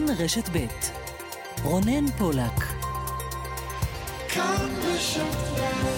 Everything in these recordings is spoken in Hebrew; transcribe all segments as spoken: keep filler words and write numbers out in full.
רשת ב' רונן פולק. כאן רשת ב'.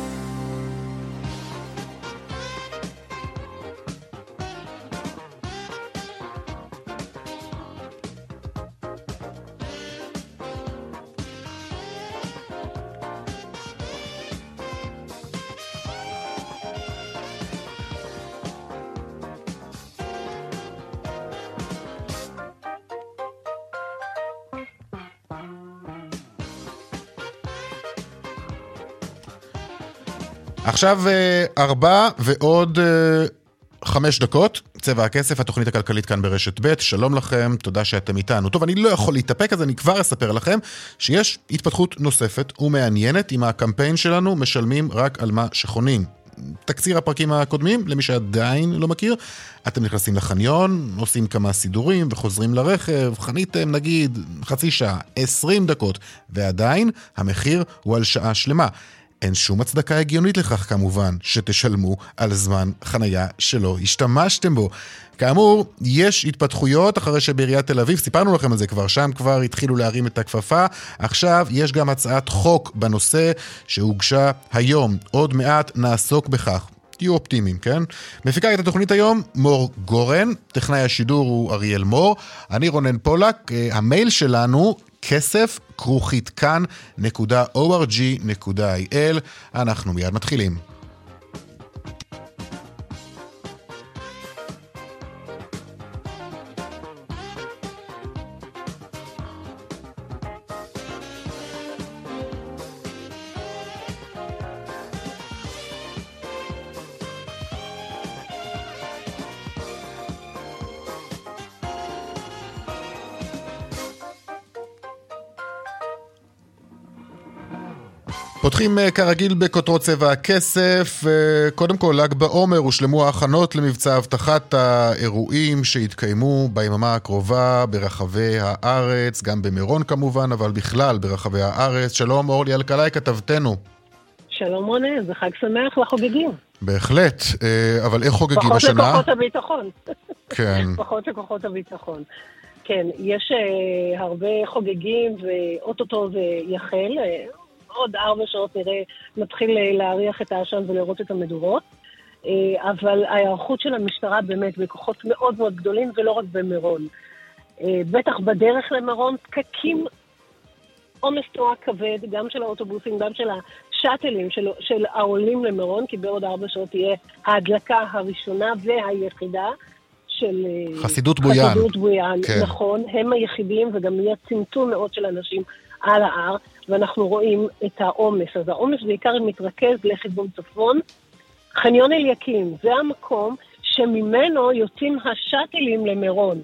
עכשיו ארבע ועוד חמש דקות, צבע הכסף, התוכנית הכלכלית כאן ברשת ב'. שלום לכם, תודה שאתם איתנו. טוב, אני לא יכול להתאפק, אז אני כבר אספר לכם שיש התפתחות נוספת ומעניינת עם הקמפיין שלנו, משלמים רק על מה שחונים. תקציר הפרקים הקודמים, למי שעדיין לא מכיר, אתם נכנסים לחניון, עושים כמה סידורים וחוזרים לרכב, חניתם נגיד חצי שעה, עשרים דקות, ועדיין המחיר הוא על שעה שלמה. אין שום הצדקה הגיונית לכך כמובן שתשלמו על זמן חנייה שלא השתמשתם בו. כאמור, יש התפתחויות אחרי שבעיריית תל אביב, סיפרנו לכם על זה כבר, שם כבר התחילו להרים את הכפפה, עכשיו יש גם הצעת חוק בנושא שהוגשה היום, עוד מעט נעסוק בכך. תהיו אופטימיים, כן? מפיקה את התוכנית היום מור גורן, טכנאי השידור הוא אריאל מור, אני רונן פולק, המייל שלנו כסף כרוכית כאן נקודה או אר ג'י נקודה איי אל. אנחנו מיד מתחילים. פותחים כרגיל בכותרות צבע הכסף. קודם כל, ל"ג בעומר הושלמו ההכנות למבצע הבטחת האירועים שהתקיימו ביממה הקרובה ברחבי הארץ, גם במירון כמובן, אבל בכלל ברחבי הארץ. שלום אורלי אלקלעי, כתבתנו. שלום רונן, זה חג שמח לחוגגים. בהחלט, אבל איך חוגגים פחות השנה? פחות לכוחות הביטחון. כן. פחות לכוחות הביטחון. כן, יש uh, הרבה חוגגים ואוטוטו זה יחל. עוד ארבע שעות נראה, נתחיל להריח את העשן ולראות את המדורות. אבל ההיערכות של המשטרה באמת בכוחות מאוד מאוד גדולים, ולא רק במירון. בטח בדרך למירון, פקקים עומס תנועה כבד, גם של האוטובוסים, גם של השאטלים של, של העולים למירון, כי בעוד ארבע שעות תהיה ההדלקה הראשונה והיחידה של חסידות בויאן. חסידות בויאן, כן. נכון, הם היחידים, וגם יהיה צמצום מאוד של אנשים על ההר, ואנחנו רואים את העומס. אז העומס בעיקר מתרכז לכיוון צפון. חניון אליקים, זה המקום שממנו יוצאים השאטלים למירון.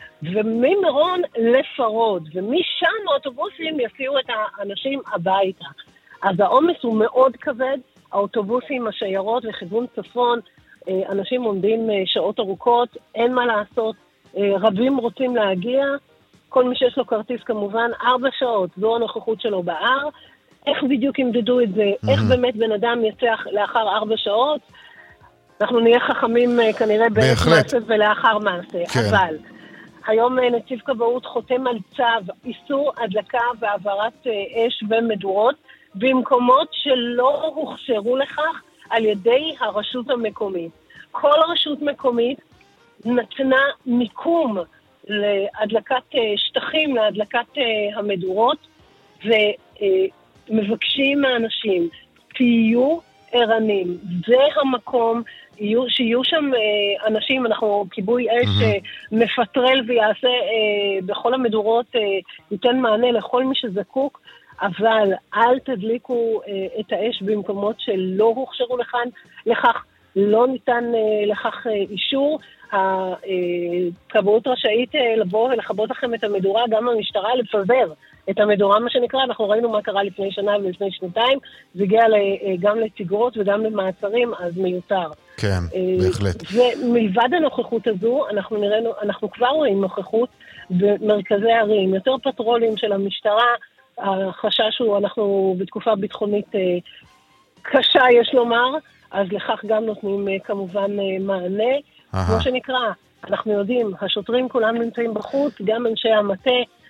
וממירון לפרוד, ומשם האוטובוסים יסיעו את האנשים הביתה. אז העומס הוא מאוד כבד, האוטובוסים, השיירות לכיוון צפון, אנשים עומדים שעות ארוכות, אין מה לעשות, רבים רוצים להגיע, כל מי שיש לו כרטיס כמובן, ארבע שעות, זו הנוכחות שלו בהר. איך בדיוק ימדדו את זה? Mm-hmm. איך באמת בן אדם יצא לאחר ארבע שעות? אנחנו נהיה חכמים כנראה בעת מעשה ולאחר מעשה. כן. אבל היום נציב כבאות חותם על צו איסור הדלקה והעברת אש ומדורות, במקומות שלא הוכשרו לכך על ידי הרשות המקומית. כל רשות מקומית נתנה מיקום להדלקת שטחים, להדלקת המדורות, ומבקשים מהאנשים, תהיו ערנים. זה המקום, שיהיו שם אנשים, אנחנו כיבוי אש מפטרל ויעשה בכל המדורות, ייתן מענה לכל מי שזקוק, אבל אל תדליקו את האש במקומות שלא הוכשרו לכאן, לכך לא ניתן לכך אישור. הכבאות רשאית לבוא ולחבות לכם את המדורה, גם המשטרה לפזר את המדורה, מה שנקרא. אנחנו ראינו מה קרה לפני שנה ולפני שנתיים, זה הגיע גם לתגרות וגם למעצרים, אז מיותר. כן, בהחלט. ומלבד הנוכחות הזו, אנחנו נראינו, אנחנו כבר רואים נוכחות במרכזי ערים, יותר פטרולים של המשטרה. החשש הוא, אנחנו בתקופה ביטחונית קשה, יש לומר, אז לכך גם נותנים כמובן מענה. כמו שנקרא, אנחנו יודעים, השוטרים כולם נמצאים בחוץ, גם אנשי המטה,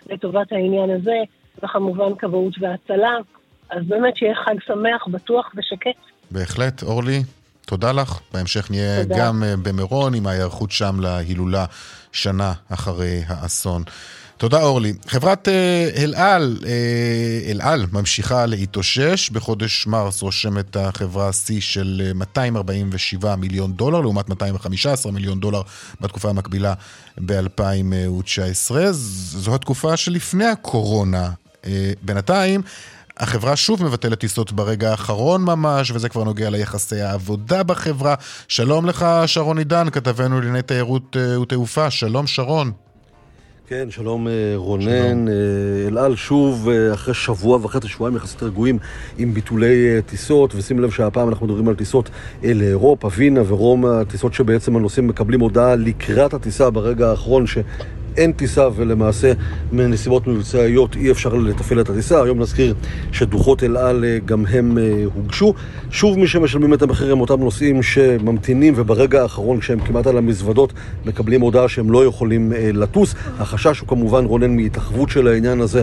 לטובת העניין הזה, וכמובן כבאות והצלה. אז באמת שיהיה חג שמח, בטוח ושקט. בהחלט, אורלי, תודה לך. בהמשך נהיה תודה. גם במירון עם ההיערכות שם להילולה שנה אחרי האסון. תודה אורלי. חברת אל על, אל על ממשיכה להתאושש. בחודש מרס רושמת החברה שיא של מאתיים ארבעים ושבעה מיליון דולר, לעומת מאתיים וחמישה עשר מיליון דולר בתקופה המקבילה ב-אלפיים תשע עשרה. זו התקופה שלפני הקורונה. בינתיים, החברה שוב מבטלת טיסות ברגע האחרון ממש, וזה כבר נוגע ליחסי העבודה בחברה. שלום לך שרון עידן, כתבנו לענייני תיירות ותעופה. שלום שרון. כן, שלום רונן. אל על שוב אחרי שבוע וחצי שבועיים יחסית רגועים עם ביטולי טיסות, ושים לב שהפעם אנחנו מדברים על טיסות לאירופה, וינה ורומא, טיסות שבעצם הנוסעים מקבלים הודעה לקראת הטיסה ברגע האחרון ש... אין טיסה, ולמעשה מנסיבות מבצעיות אי אפשר לתפעל את הטיסה. היום נזכיר שדוחות אל על גם הם הוגשו. שוב מי שמשלמים את המחיר הם אותם נוסעים שממתינים, וברגע האחרון כשהם כמעט על המזוודות מקבלים הודעה שהם לא יכולים לטוס. החשש הוא כמובן רונן מהתרחבות של העניין הזה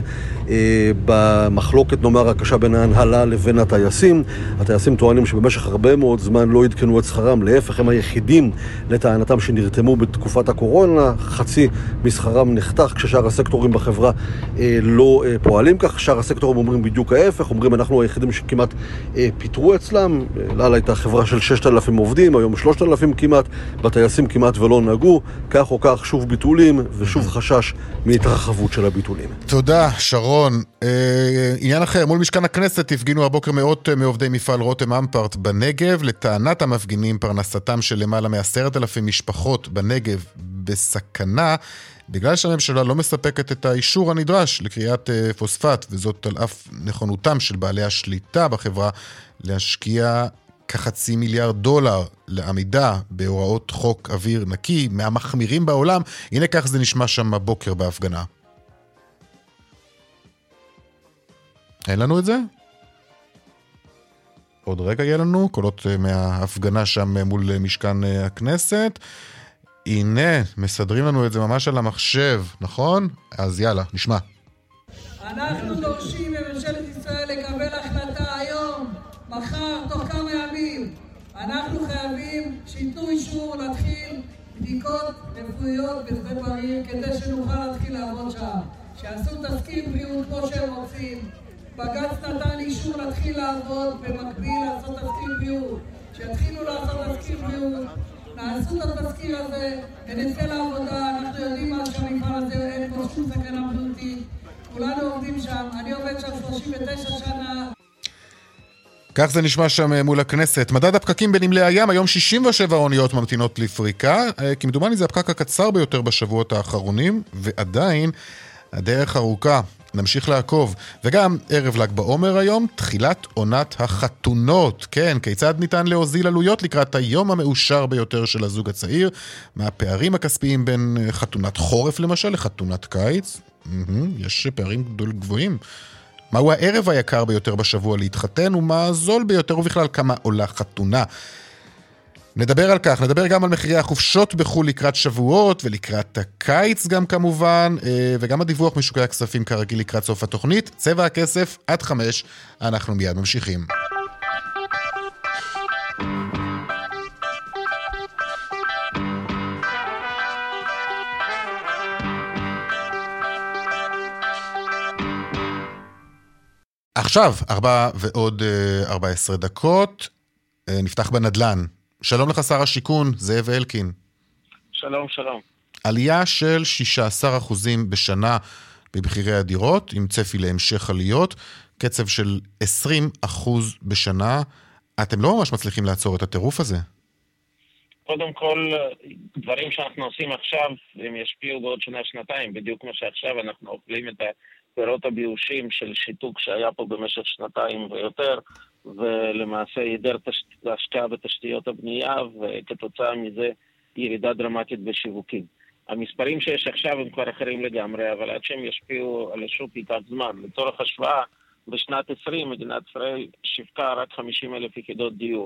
במחלוקת נאמר הקשה בין ההנהלה לבין הטייסים. הטייסים טוענים שבמשך הרבה מאוד זמן לא עדכנו את שכרם, להפך הם היחידים לטענתם שנרתמו בתקופת הקורונה. חצי משכרם נחתך כששאר הסקטורים בחברה אה, לא אה, פועלים כך. שאר הסקטורים אומרים בדיוק ההפך, אומרים אנחנו היחידים שכמעט אה, פיתרו אצלם. אל על הייתה חברה של ששת אלפים עובדים, היום שלושת אלפים כמעט, בטייסים כמעט ולא נגעו. כך או כך שוב ביטולים ושוב חשש מהתרחבות של הביטולים. תודה שרון. אה, עניין אחר, מול משכן הכנסת הפגינו הבוקר מאות מעובדי מפעל רותם אמפרט בנגב. לטענת המפגינים פרנסתם של למעלה מעשרת אלפים משפחות בנגב בסכנה, בגלל שהממשלה לא מספקת את האישור הנדרש לקריאת פוספט, וזאת על אף נכונותם של בעלי השליטה בחברה להשקיע כחצי מיליארד דולר לעמידה בהוראות חוק אוויר נקי מהמחמירים בעולם. הנה כך זה נשמע שם הבוקר בהפגנה. אין לנו את זה? עוד רגע יהיה לנו קולות מההפגנה שם מול משכן הכנסת. הנה, מסדרים לנו את זה ממש על המחשב, נכון? אז יאללה, נשמע. אנחנו דורשים מממשלת ישראל לקבל החלטה היום, מחר, תוך כמה ימים. אנחנו חייבים שיתנו אישור להתחיל בדיקות רפואיות בשדה בריר, כדי שנוכל להתחיל לעבוד שם. שעשו תסקיר בריאות כמו שהם רוצים. בג"ץ נתן אישור להתחיל לעבוד במקביל לעשות תסקיר בריאות. שיתחילו לעשות תסקיר בריאות. נעשו את התזכיר הזה ונצא לעבודה. אנחנו יודעים מה שהמפעל הזה אין פה שום סכנה בריאותית, כולנו עובדים שם, אני עובד שם שלושים ותשע שנה. כך זה נשמע שם מול הכנסת. מדד הפקקים בנמלי הים, היום שישים ושבע אוניות ממתינות לפריקה, כמדומני זה הפקק הקצר ביותר בשבועות האחרונים, ועדיין הדרך ארוכה. נמשיך לעקוב. וגם ערב ל"ג בעומר היום, תחילת עונת החתונות. כן, כיצד ניתן להוזיל עלויות לקראת היום המאושר ביותר של הזוג הצעיר? מה הפערים הכספיים בין חתונת חורף למשל לחתונת קיץ? יש פערים גבוהים. מהו הערב היקר ביותר בשבוע להתחתן, ומה הזול ביותר, ובכלל כמה עולה חתונה? נדבר על כך, נדבר גם על מחירי החופשות בחול לקראת שבועות ולקראת הקיץ גם כמובן, וגם הדיווח משוקי הכספים כרגיל לקראת סוף התוכנית. צבע הכסף עד חמש, אנחנו מיד ממשיכים. עכשיו, ארבע ועוד ארבע עשרה דקות, נפתח בנדלן. שלום לך שר השיכון, זאב אלקין. שלום, שלום. עלייה של שישה עשר אחוזים בשנה במחירי הדירות, עם צפי להמשך עליות, קצב של עשרים אחוז בשנה. אתם לא ממש מצליחים לעצור את הטירוף הזה? קודם כל, דברים שאנחנו עושים עכשיו, הם ישפיעו בעוד שנה, שנתיים, בדיוק כמו שעכשיו אנחנו אוכלים את הפירות הביושים של שיתוק שהיה פה במשך שנתיים ויותר, ולמעשה היעדר השקעה בתשתיות הבנייה, וכתוצאה מזה ירידה דרמטית בשיווקים. המספרים שיש עכשיו הם כבר אחרים לגמרי, אבל עד שהם ישפיעו על השוק ייקח זמן. לצורך השוואה, בשנת עשרים מדינת ישראל שיווקה רק חמישים אלף יחידות דיור.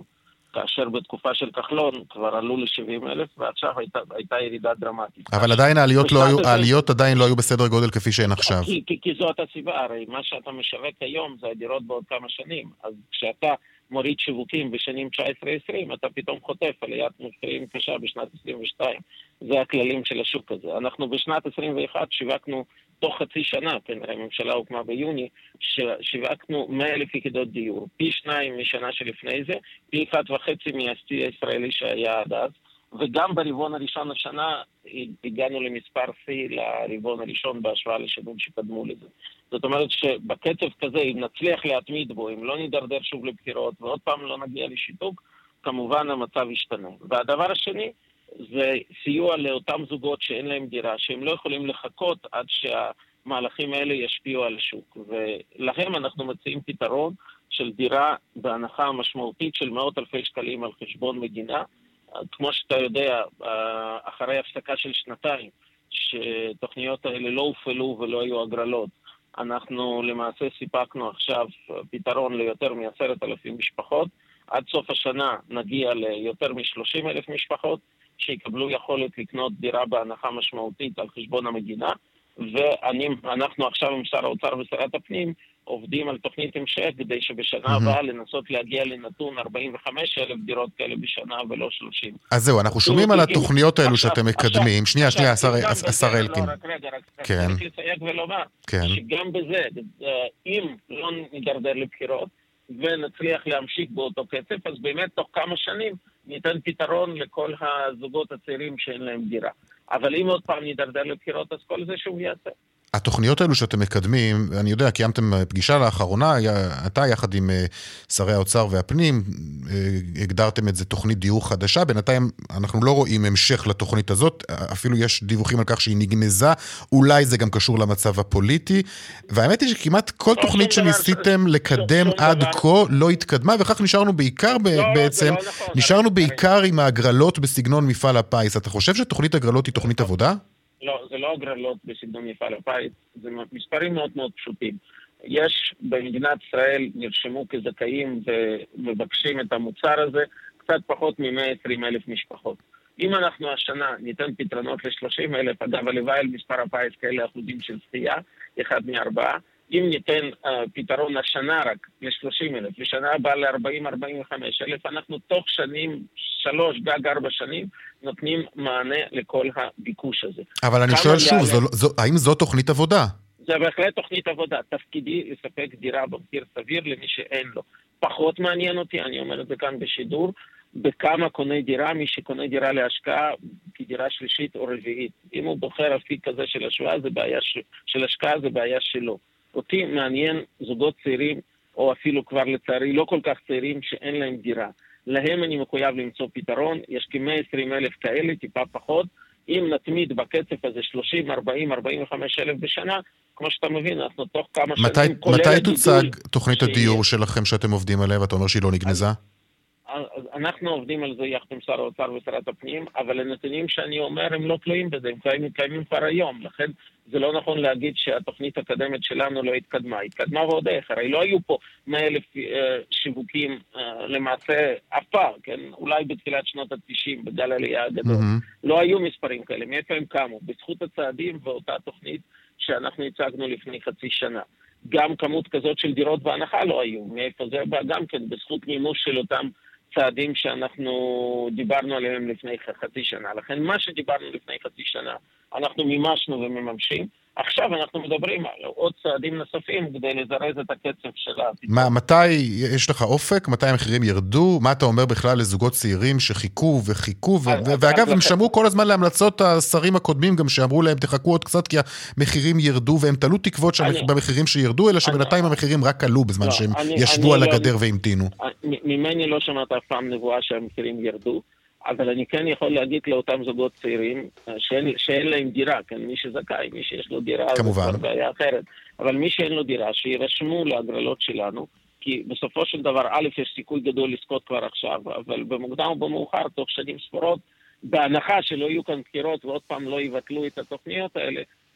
כאשר בתקופה של כחלון כבר עלו ל-שבעים אלף, ועכשיו הייתה, הייתה ירידה דרמטית. אבל עדיין העליות, לא היו, העליות עדיין לא היו בסדר גודל כפי שהן עכשיו. כי, כי, כי זאת הסיבה, הרי מה שאתה משווק היום זה הדירות בעוד כמה שנים, אז כשאתה מוריד שיווקים בשנים תשע עשרה עשרים, אתה פתאום חוטף עליית מחירים קשה בשנת עשרים ושתיים. זה הכללים של השוק הזה. אנחנו בשנת עשרים ואחת שיווקנו תוך חצי שנה, כנראה הממשלה הוקמה ביוני, שיווקנו מאה אלף יחידות דיור, פי שניים משנה שלפני זה, פי אחד וחצי מהשיא הישראלי שהיה עד אז, וגם ברבעון הראשון השנה הגענו למספר שיא לרבעון הראשון בהשוואה לשנים שקדמו לזה. זאת אומרת שבקצב כזה, אם נצליח להתמיד בו, אם לא נדרדר שוב לבחירות ועוד פעם לא נגיע לשיתוק, כמובן המצב ישתנה. והדבר השני זה סיוע לאותם זוגות שאין להם דירה, שהם לא יכולים לחכות עד שהמהלכים האלה ישפיעו על השוק. ולהם אנחנו מציעים פתרון של דירה בהנחה משמעותית של מאות אלפי שקלים על חשבון מדינה. כמו שאתה יודע, אחרי הפסקה של שנתיים, שתוכניות האלה לא הופעלו ולא היו הגרלות, אנחנו למעשה סיפקנו עכשיו פתרון ליותר מ-עשרת אלפים משפחות. עד סוף השנה נגיע ליותר מ-שלושים אלף משפחות שיקבלו יכולת לקנות דירה בהנחה משמעותית על חשבון המדינה, ואנחנו עכשיו עם שר האוצר ושרת הפנים עובדים על תוכנית המשך כדי שבשנה הבאה לנסות להגיע לנתון ארבעים וחמש אלף דירות כאלה בשנה ולא שלושים. אז זהו, אנחנו שומעים על התוכניות האלו שאתם מקדמים. שנייה, שנייה, השר אלקין. רק רגע, רק צריך לצייג ולומר שגם בזה, אם לא נדרדר לבחירות ונצליח להמשיך באותו קצב, אז באמת תוך כמה שנים ניתן פתרון לכל הזוגות הצעירים שאין להם דירה. אבל אם עוד פעם נדרדר לבחירות, אז כל זה שוב יעשה. התוכניות האלו שאתם מקדמים, אני יודע, קיימתם פגישה לאחרונה, אתה יחד עם שרי האוצר והפנים, הגדרתם את זה תוכנית דיור חדשה, בינתיים אנחנו לא רואים המשך לתוכנית הזאת, אפילו יש דיווחים על כך שהיא נגנזה, אולי זה גם קשור למצב הפוליטי, והאמת היא שכמעט כל תוכנית שניסיתם לקדם עד כה לא התקדמה, וכך נשארנו בעיקר בעצם, נשארנו בעיקר עם ההגרלות בסגנון מפעל הפיס. אתה חושב שתוכנית הגרלות היא תוכנית עבודה? לא, זה לא הגרלות בסגנון מפעל הפיס, זה מספרים מאוד מאוד פשוטים. יש במדינת ישראל נרשמו כזכאים ומבקשים את המוצר הזה קצת פחות מ-מאה ועשרים אלף משפחות. אם אנחנו השנה ניתן פתרונות ל-שלושים אלף, אגב, הלוואי על מספר הפיס כאלה אחוזים של סטייה, אחד מארבעה, אם ניתן uh, פתרון השנה רק ל-שלושים אלף, לשנה הבאה ל-ארבעים עד ארבעים וחמש אלף, אנחנו תוך שנים, שלוש, גג ארבע שנים, נותנים מענה לכל הביקוש הזה. אבל אני שואל שוב, זו, זו, האם זו תוכנית עבודה? זה בהחלט תוכנית עבודה. תפקידי לספק דירה במחיר סביר למי שאין לו. פחות מעניין אותי, אני אומר את זה כאן בשידור, בכמה קונה דירה, מי שקונה דירה להשקעה כדירה שלישית או רביעית. אם הוא בוחר אפיק כזה של השוואה, זה בעיה ש... של השקעה, זה בעיה שלו. אותי מעניין זוגות צעירים, או אפילו כבר לצערי לא כל כך צעירים, שאין להם דירה. להם אני מחויב למצוא פתרון, יש כ-מאה ועשרים אלף כאלה, טיפה פחות. אם נתמיד בקצב הזה שלושים, ארבעים, ארבעים וחמש אלף בשנה, כמו שאתה מבין, אנחנו תוך כמה מתי, שנים... מתי תוצג תוכנית הדיור שלכם שאתם עובדים עליה, ואתה אומר שהיא לא נגנזה? אנחנו עובדים על זה יחד עם שר האוצר ושרת הפנים, אבל הנתונים שאני אומר הם לא תלויים בזה, הם קיימים, קיימים כבר היום, לכן זה לא נכון להגיד שהתוכנית הקדמת שלנו לא התקדמה, התקדמה ועוד איך, הרי לא היו פה מאה אלף אה, שיווקים אה, למעשה אף פעם, כן? אולי בתחילת שנות ה-תשעים, בגל העלייה הגדול, mm-hmm. לא היו מספרים כאלה, מאיפה הם קמו? בזכות הצעדים ואותה תוכנית שאנחנו הצגנו לפני חצי שנה. גם כמות כזאת של דירות בהנחה לא היו, מאיפה זה בא גם כן, בזכות מימוש של אותם צעדים שאנחנו דיברנו עליהם לפני חצי שנה. לכן מה שדיברנו לפני חצי שנה, אנחנו מימשנו ומממשים. עכשיו אנחנו מדברים על עוד צעדים נוספים כדי לזרז את הקצב שלה. מה, מתי יש לך אופק? מתי המחירים ירדו? מה אתה אומר בכלל לזוגות צעירים שחיכו וחיכו? ואגב, הם שמעו כל הזמן להמלצות השרים הקודמים, גם שאמרו להם, תחכו עוד קצת כי המחירים ירדו, והם תלו תקוות במחירים שירדו, אלא שבינתיים המחירים רק עלו בזמן שהם ישבו על הגדר והמתינו. ממני לא שמעת אף פעם נבואה שהמחירים ירדו, אבל אני כן יכול להגיד לאותם זוגות צעירים שאין, שאין להם דירה, כן, מי שזכאי, מי שיש לו דירה, זה כבר בעיה אחרת. אבל מי שאין לו דירה, שירשמו להגרלות שלנו, כי בסופו של דבר, א', יש סיכוי גדול לזכות כבר עכשיו, אבל במוקדם או במאוחר, תוך שנים ספורות, בהנחה שלא יהיו כאן בחירות ועוד פעם לא יבטלו את התוכניות האלה,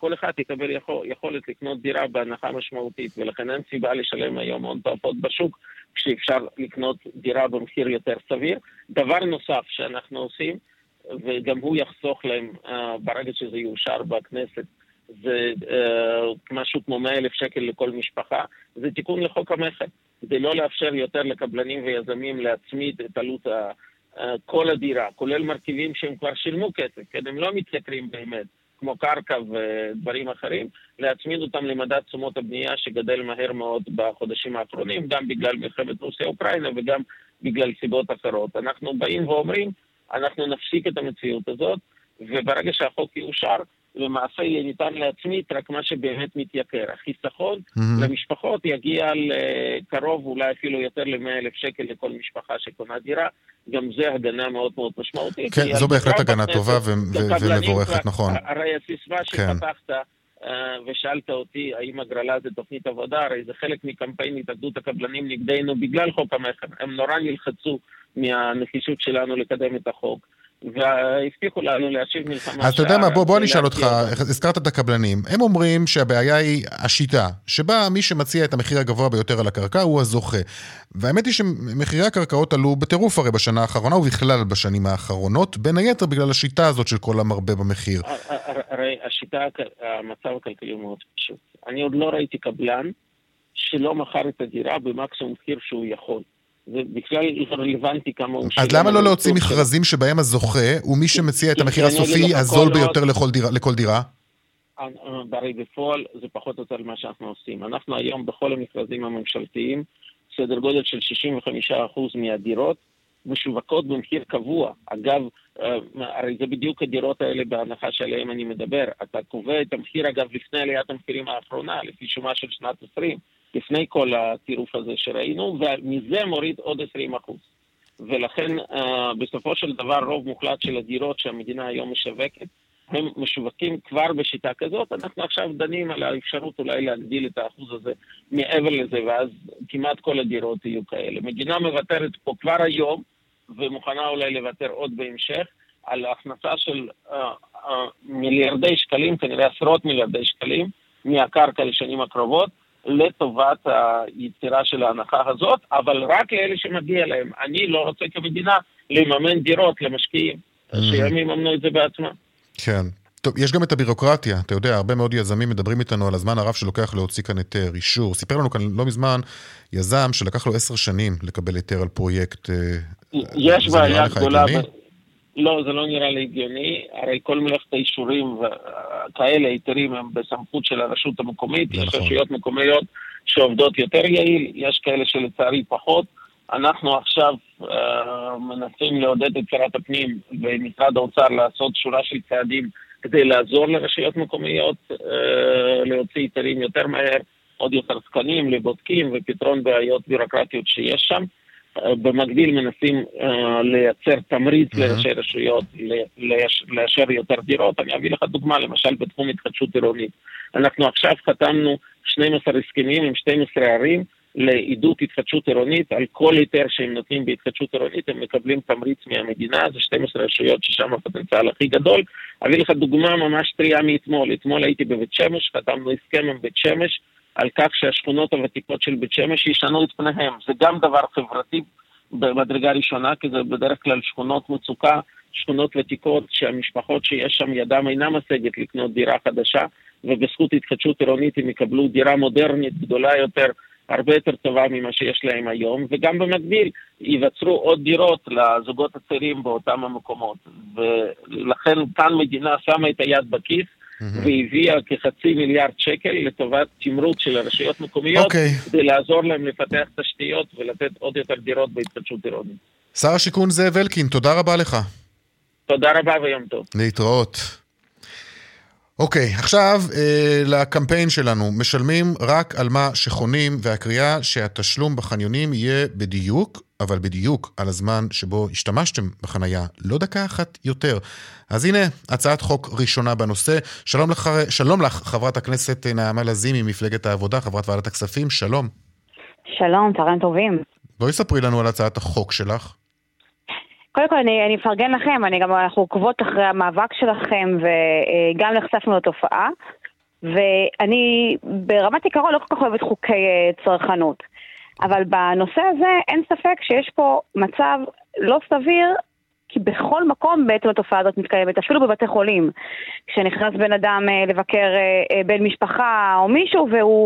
כל אחד יקבל יכול, יכולת לקנות דירה בהנחה משמעותית, ולכן אין סיבה לשלם היום הון תועפות בשוק, כשאפשר לקנות דירה במחיר יותר סביר. דבר נוסף שאנחנו עושים, וגם הוא יחסוך להם uh, ברגע שזה יאושר בכנסת, זה uh, משהו כמו מאה אלף שקל לכל משפחה, זה תיקון לחוק המכר, כדי לא לאפשר יותר לקבלנים ויזמים להצמיד את עלות ה... כל הדירה, כולל מרכיבים שהם כבר שילמו כסף, כן, הם לא מתייקרים באמת, כמו קרקע ודברים אחרים, להצמיד אותם למדד תשומות הבנייה שגדל מהר מאוד בחודשים האחרונים, גם בגלל מלחמת רוסיה-אוקראינה וגם בגלל סיבות אחרות. אנחנו באים ואומרים, אנחנו נפסיק את המציאות הזאת, וברגע שהחוק יאושר, למעשה יהיה ניתן להצמיד רק מה שבאמת מתייקר. החיסכון mm-hmm. למשפחות יגיע לקרוב, אולי אפילו יותר ל-מאה אלף שקל לכל משפחה שקונה דירה. גם זה הגנה מאוד מאוד משמעותית. כן, זו בהחלט הגנה טובה ומבורכת, נכון. הרי הסיסמה שפתחת ושאלת אותי, האם הגרלה זה תוכנית עבודה, הרי זה חלק מקמפיין התאגדות הקבלנים נגדנו בגלל חוק המכר. הם נורא נלחצו מהנחישות שלנו לקדם את החוק. והבטיחו לנו להשיב מלחמה. אז אתה יודע מה, בוא, בוא אני אשאל אותך, הזכרת את הקבלנים, הם אומרים שהבעיה היא השיטה, שבה מי שמציע את המחיר הגבוה ביותר על הקרקע הוא הזוכה. והאמת היא שמחירי הקרקעות עלו בטירוף הרי בשנה האחרונה, ובכלל בשנים האחרונות, בין היתר בגלל השיטה הזאת של כל המרבה במחיר. הרי השיטה, המצב הכלכלי הוא מאוד פשוט. אני עוד לא ראיתי קבלן שלא מכר את הדירה במקסימום מחיר שהוא יכול. זה בכלל רלוונטי כמה הוא... אז למה לא להוציא מכרזים שבהם הזוכה הוא מי שמציע את המחיר הסופי הזול ביותר לכל דירה? ברי בפועל זה פחות או יותר מה שאנחנו עושים. אנחנו היום בכל המכרזים הממשלתיים, סדר גודל של שישים וחמישה אחוז מהדירות משווקות במחיר קבוע. אגב, הרי זה בדיוק הדירות האלה בהנחה שעליהם אני מדבר. אתה קובע את המחיר, אגב, לפני עליית המחירים האחרונה, לפי שומה של שנת עשרים, לפני כל הטירוף הזה שראינו, ומזה מוריד עוד עשרים אחוז. ולכן, בסופו של דבר, רוב מוחלט של הדירות שהמדינה היום משווקת, הם משווקים כבר בשיטה כזאת. אנחנו עכשיו דנים על האפשרות אולי להגדיל את האחוז הזה מעבר לזה, ואז כמעט כל הדירות יהיו כאלה. מדינה מוותרת פה כבר היום, ומוכנה אולי לוותר עוד בהמשך, על ההכנסה של uh, uh, מיליארדי שקלים, כנראה עשרות מיליארדי שקלים, מהקרקע לשנים הקרובות, לטובת היצירה של ההנחה הזאת, אבל רק לאלה שמגיע להם. אני לא רוצה כמדינה לממן דירות למשקיעים, שהם יממנו את זה בעצמם. כן. טוב, יש גם את הבירוקרטיה, אתה יודע, הרבה מאוד יזמים מדברים איתנו על הזמן הרב שלוקח להוציא כאן היתר, אישור. סיפר לנו כאן לא מזמן יזם שלקח לו עשר שנים לקבל היתר על פרויקט. יש בעיה גדולה. לא, זה לא נראה לי הגיוני. הרי כל מלאכת האישורים וכאלה היתרים הם בסמכות של הרשות המקומית. יש רשויות מקומיות שעובדות יותר יעיל, יש כאלה שלצערי פחות. אנחנו עכשיו אה, מנסים לעודד את שרת הפנים ומשרד האוצר לעשות שורה של צעדים כדי לעזור לרשויות מקומיות, אה, להוציא היתרים יותר מהר, עוד יותר תקנים לבודקים ופתרון בעיות בירוקרטיות שיש שם. אה, במקביל מנסים אה, לייצר תמריץ mm-hmm. לראשי רשויות, לאשר יותר דירות. אני אביא לך דוגמה, למשל בתחום התחדשות עירונית. אנחנו עכשיו חתמנו שנים עשר הסכמים עם שתים עשרה ערים, לעידוד התחדשות עירונית. על כל היתר שהם נותנים בהתחדשות עירונית, הם מקבלים תמריץ מהמדינה, זה שתים עשרה רשויות ששם הפוטנציאל הכי גדול. אביא לך דוגמה ממש טריה מאתמול. אתמול הייתי בבית שמש, חתמנו הסכם עם בית שמש, על כך שהשכונות הוותיקות של בית שמש ישנו את פניהם. זה גם דבר חברתי במדרגה ראשונה, כי זה בדרך כלל שכונות מצוקה, שכונות ותיקות, שהמשפחות שיש שם ידם אינה משגת לקנות דירה חדשה, ובזכות התחדשות עירונית הם יקבלו דירה מודרנית גדולה יותר, הרבה יותר טובה ממה שיש להם היום, וגם במקביל ייווצרו עוד דירות לזוגות הצעירים באותם המקומות. ולכן כאן מדינה שמה את היד בכיס, mm-hmm. והביאה כחצי מיליארד שקל לטובת תמרוץ של הרשויות מקומיות, okay. כדי לעזור להם לפתח תשתיות ולתת עוד יותר דירות בהתחדשות עירונית. שר השיכון זאב אלקין, תודה רבה לך. תודה רבה ויום טוב. להתראות. אוקיי, okay, עכשיו אה, לקמפיין שלנו, משלמים רק על מה שחונים, והקריאה שהתשלום בחניונים יהיה בדיוק, אבל בדיוק על הזמן שבו השתמשתם בחנייה, לא דקה אחת יותר. אז הנה, הצעת חוק ראשונה בנושא. שלום לך, שלום לך חברת הכנסת נעמה לזימי ממפלגת העבודה, חברת ועדת הכספים, שלום. שלום, צהריים טובים. בואי ספרי לנו על הצעת החוק שלך. קודם כל, אני, אני אפרגן לכם, אני גם, אנחנו עוקבות אחרי המאבק שלכם, וגם נחשפנו לתופעה, ואני ברמת עיקרון לא כל כך אוהבת חוקי צרכנות. אבל בנושא הזה אין ספק שיש פה מצב לא סביר, כי בכל מקום בעצם התופעה הזאת מתקיימת, אפילו בבתי חולים. כשנכנס בן אדם לבקר בן משפחה או מישהו, והוא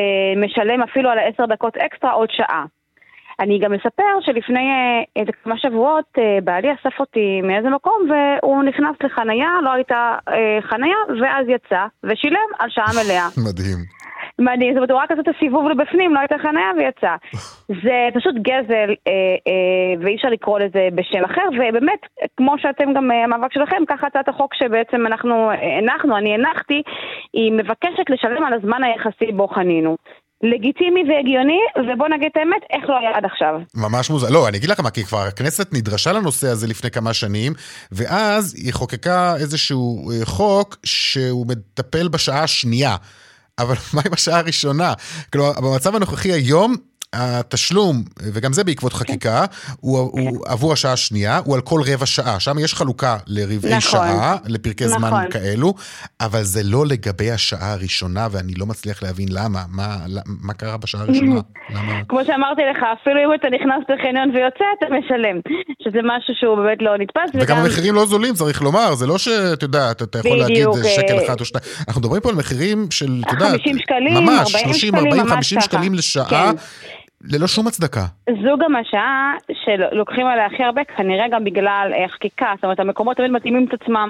משלם אפילו על עשר דקות אקסטרה עוד שעה. אני גם מספר שלפני איזה כמה שבועות בעלי אסף אותי מאיזה מקום, והוא נכנס לחנייה, לא הייתה חנייה, ואז יצא ושילם על שעה מלאה. מדהים. מדהים, זאת אומרת, הוא רק עשה את הסיבוב לבפנים, לא הייתה חניה ויצא. זה פשוט גזל, אה, אה, ואי אפשר לקרוא לזה בשם אחר, ובאמת, כמו שאתם גם, המאבק שלכם, ככה הצעת החוק שבעצם אנחנו הנחנו, אני הנחתי, היא מבקשת לשלם על הזמן היחסי בו חנינו. לגיטימי והגיוני, ובוא נגיד את האמת, איך לא היה עד עכשיו. ממש מוזר. לא, אני אגיד לך מה, כי כבר הכנסת נדרשה לנושא הזה לפני כמה שנים, ואז היא חוקקה איזשהו חוק שהוא מטפל בשעה השנייה. אבל מה עם השעה הראשונה? כלומר, במצב הנוכחי היום, התשלום, וגם זה בעקבות חקיקה, הוא, הוא עבור השעה השנייה, הוא על כל רבע שעה. שם יש חלוקה לרבעי נכון, שעה, לפרקי נכון. זמן כאלו, אבל זה לא לגבי השעה הראשונה, ואני לא מצליח להבין למה. מה, מה קרה בשעה הראשונה? למה? כמו שאמרתי לך, אפילו אם אתה נכנס לחניון ויוצא, אתה משלם. שזה משהו שהוא באמת לא נתפס. וגם וגם... המחירים לא זולים, צריך לומר. זה לא שאתה יודע, אתה, אתה יכול להגיד שקל אחד או שניים. אנחנו מדברים פה על מחירים של, אתה יודע, חמישים שקלים, ממש, ארבעים שלושים, ארבעים, חמישים שקלים לשעה. כן. ללא שום הצדקה. זו גם השעה שלוקחים עליה הכי הרבה, כנראה גם בגלל חקיקה, זאת אומרת, המקומות תמיד מתאימים את עצמם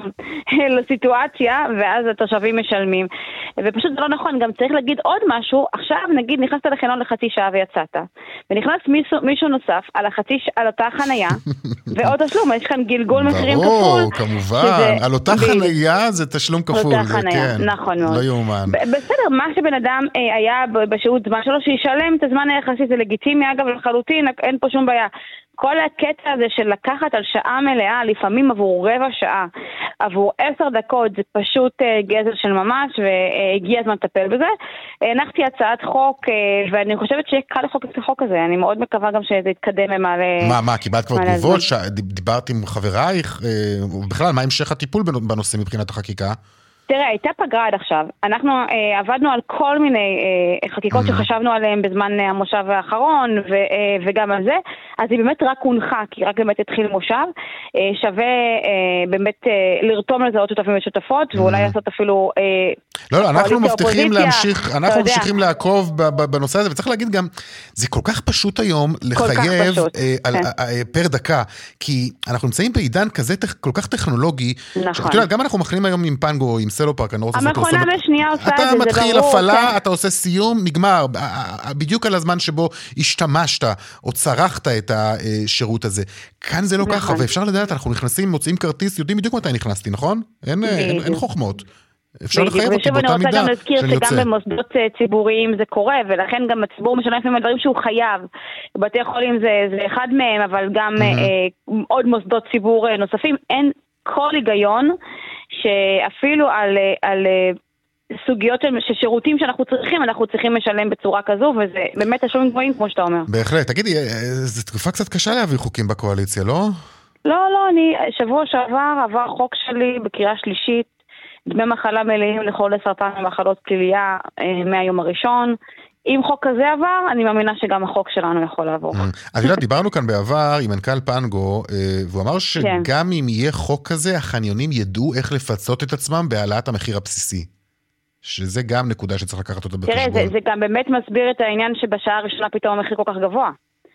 לסיטואציה, ואז התושבים משלמים. ופשוט זה לא נכון, גם צריך להגיד עוד משהו, עכשיו נגיד נכנסת לחניון לחצי שעה ויצאת, ונכנס מישהו, מישהו נוסף על, החצי, על אותה חנייה, ועוד תשלום, יש כאן גלגול מחירים כפול. ברור, כמובן, על אותה חנייה זה תשלום כפול. אותה חנייה, נכון מאוד. לא יאומן. בסדר, מה שבן אדם היה בשהות זמן שלו, שישלם את הזמן היחסי, זה לגיטימי, אגב, לחלוטין, אין פה שום בעיה. כל הקטע הזה של לקחת על שעה מלאה, לפעמים עבור רבע שעה, עבור עשר דקות, זה פשוט גזל של ממש, והגיע הזמן לטפל בזה. הנחתי הצעת חוק, ואני חושבת שקל לחוק את החוק הזה. אני מאוד מקווה גם שזה יתקדם למעלה... מה, מה, קיבלת כבר תגובות? דיברת עם חברייך? בכלל, מה המשך הטיפול בנושא מבחינת החקיקה? תראה, הייתה פגרה עד עכשיו. אנחנו אה, עבדנו על כל מיני אה, חקיקות שחשבנו עליהן בזמן אה, המושב האחרון, ו, אה, וגם על זה. אז היא באמת רק הונחה, כי רק באמת התחיל מושב. אה, שווה אה, באמת אה, לרתום לזה עוד שותפים ושותפות, ואולי לעשות אפילו... אה, לא, לא, אנחנו מבטיחים להמשיך, אנחנו ממשיכים לעקוב בנושא הזה, וצריך להגיד גם, זה כל כך פשוט היום לחייב אה, על, אה, אה, פר דקה, כי אנחנו נמצאים בעידן כזה כל כך טכנולוגי, נכון. אתה יודע, גם אנחנו מכנים היום עם פנגו, עם סלופארק, אני לא רוצה לעשות פרסומת. המכונה בשנייה עושה את זה, זה ברור. אתה מתחיל הפעלה, אתה עושה סיום, נגמר. בדיוק על הזמן שבו השתמשת או צרכת את השירות הזה. כאן זה לא ככה, ואפשר לדעת, אנחנו נכנסים, מוצאים כרטיס, יודעים בדיוק מתי נכנסתי, נכון? אין חוכמות. אפשר לחייב אותי באותה מידה שאני יוצא. ואני רוצה גם להזכיר שגם במוסדות ציבוריים זה קורה, ולכן גם הציבור משלם לפעמים הדברים שהוא חייב. בתי חולים זה אחד מהם, אבל גם עוד מוסדות ציבור נוספים. אין כל היגיון שאפילו על, על סוגיות של שירותים שאנחנו צריכים, אנחנו צריכים לשלם בצורה כזו, וזה באמת תשלומים גבוהים, כמו שאתה אומר. בהחלט. תגידי, זו תקופה קצת קשה להביא חוקים בקואליציה, לא? לא, לא, אני, שבוע שעבר עבר חוק שלי בקריאה שלישית, דמי מחלה מלאים לחולי סרטן ומחלות כליה מהיום הראשון. אם חוק כזה עבר, אני מאמינה שגם החוק שלנו יכול לעבור. אז יודעת, דיברנו כאן בעבר עם מנכ"ל פנגו, והוא אמר שגם אם יהיה חוק כזה, החניונים ידעו איך לפצות את עצמם בהעלאת המחיר הבסיסי. שזה גם נקודה שצריך לקחת אותה בחשבון. תראה, זה, זה גם באמת מסביר את העניין שבשעה הראשונה פתאום המחיר כל כך גבוה.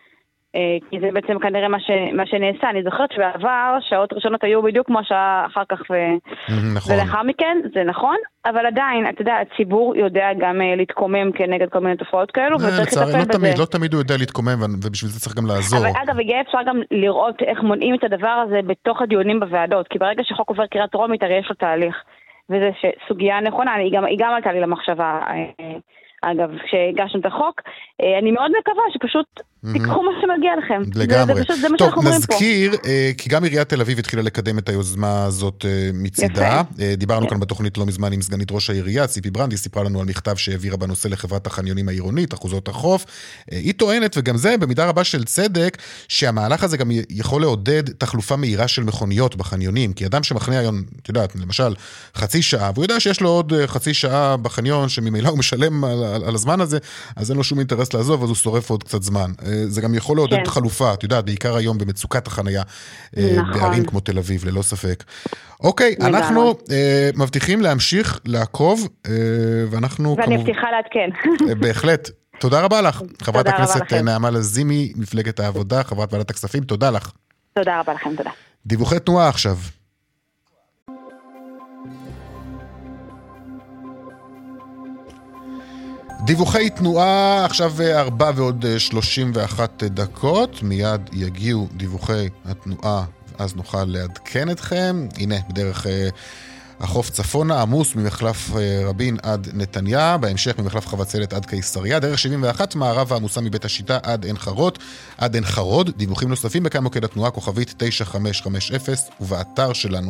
כי זה בעצם כנראה מה, ש, מה שנעשה. אני זוכרת שבעבר שעות ראשונות היו בדיוק כמו השעה אחר כך ו... נכון. ולאחר מכן, זה נכון, אבל עדיין, אתה יודע, הציבור יודע גם להתקומם כנגד כל מיני תופעות כאלו, וצריך לטפל לא בזה. תמיד, לא תמיד הוא יודע להתקומם, ובשביל זה צריך גם לעזור. אבל אגב, יהיה אפשר גם לראות איך מונעים את הדבר הזה בתוך הדיונים בוועדות, כי ברגע שחוק עובר קריאה טרומית, הרי יש לו תהליך, וזה סוגיה נכונה, היא גם, היא גם עלתה לי למחשבה, אגב, כשהגשנו את החוק, אני מאוד מקווה שפשוט תיקחו מה שמגיע לכם. לגמרי. זה, זה פשוט, זה מה טוב, שאנחנו אומרים נזכיר, פה. כי גם עיריית תל אביב התחילה לקדם את היוזמה הזאת מצידה. יפה. דיברנו יפה. כאן בתוכנית לא מזמן עם סגנית ראש העירייה, ציפי ברנדי, סיפרה לנו על מכתב שהעבירה בנושא לחברת החניונים העירונית, אחוזות החוף. היא טוענת, וגם זה במידה רבה של צדק, שהמהלך הזה גם יכול לעודד תחלופה מהירה של מכוניות בחניונים, כי אדם שמחנה היום, את יודעת, למשל, חצי שעה, והוא יודע שיש לו עוד חצי שעה בחניון, שממילא הוא משלם על, על, על הזמן הזה, אז אין לו שום אינטרס לעזוב, אז הוא שורף עוד קצת זמן. זה גם יכול לעודד כן. חלופה, את יודעת, בעיקר היום במצוקת החנייה, נכון. בערים כמו תל אביב, ללא ספק. אוקיי, לגמרי. אנחנו אה, מבטיחים להמשיך לעקוב, אה, ואנחנו... ואני כמו... מבטיחה לעדכן. בהחלט. תודה רבה לך, חברת הכנסת נעמה לזימי, מפלגת העבודה, חברת ועדת הכספים, תודה לך. תודה רבה לכם, תודה. דיווחי תנועה עכשיו. דיווחי תנועה, עכשיו ארבע ועוד שלושים ואחת דקות, מיד יגיעו דיווחי התנועה, אז נוכל לעדכן אתכם. הנה, בדרך החוף צפונה, עמוס ממחלף רבין עד נתניה, בהמשך ממחלף חבצלת עד קיסריה, דרך שבעים ואחת מערב העמוסה מבית השיטה עד עין חרוד, עד עין חרוד. דיווחים נוספים בכאן מוקד התנועה, כוכבית תשע חמש חמש אפס, ובאתר שלנו.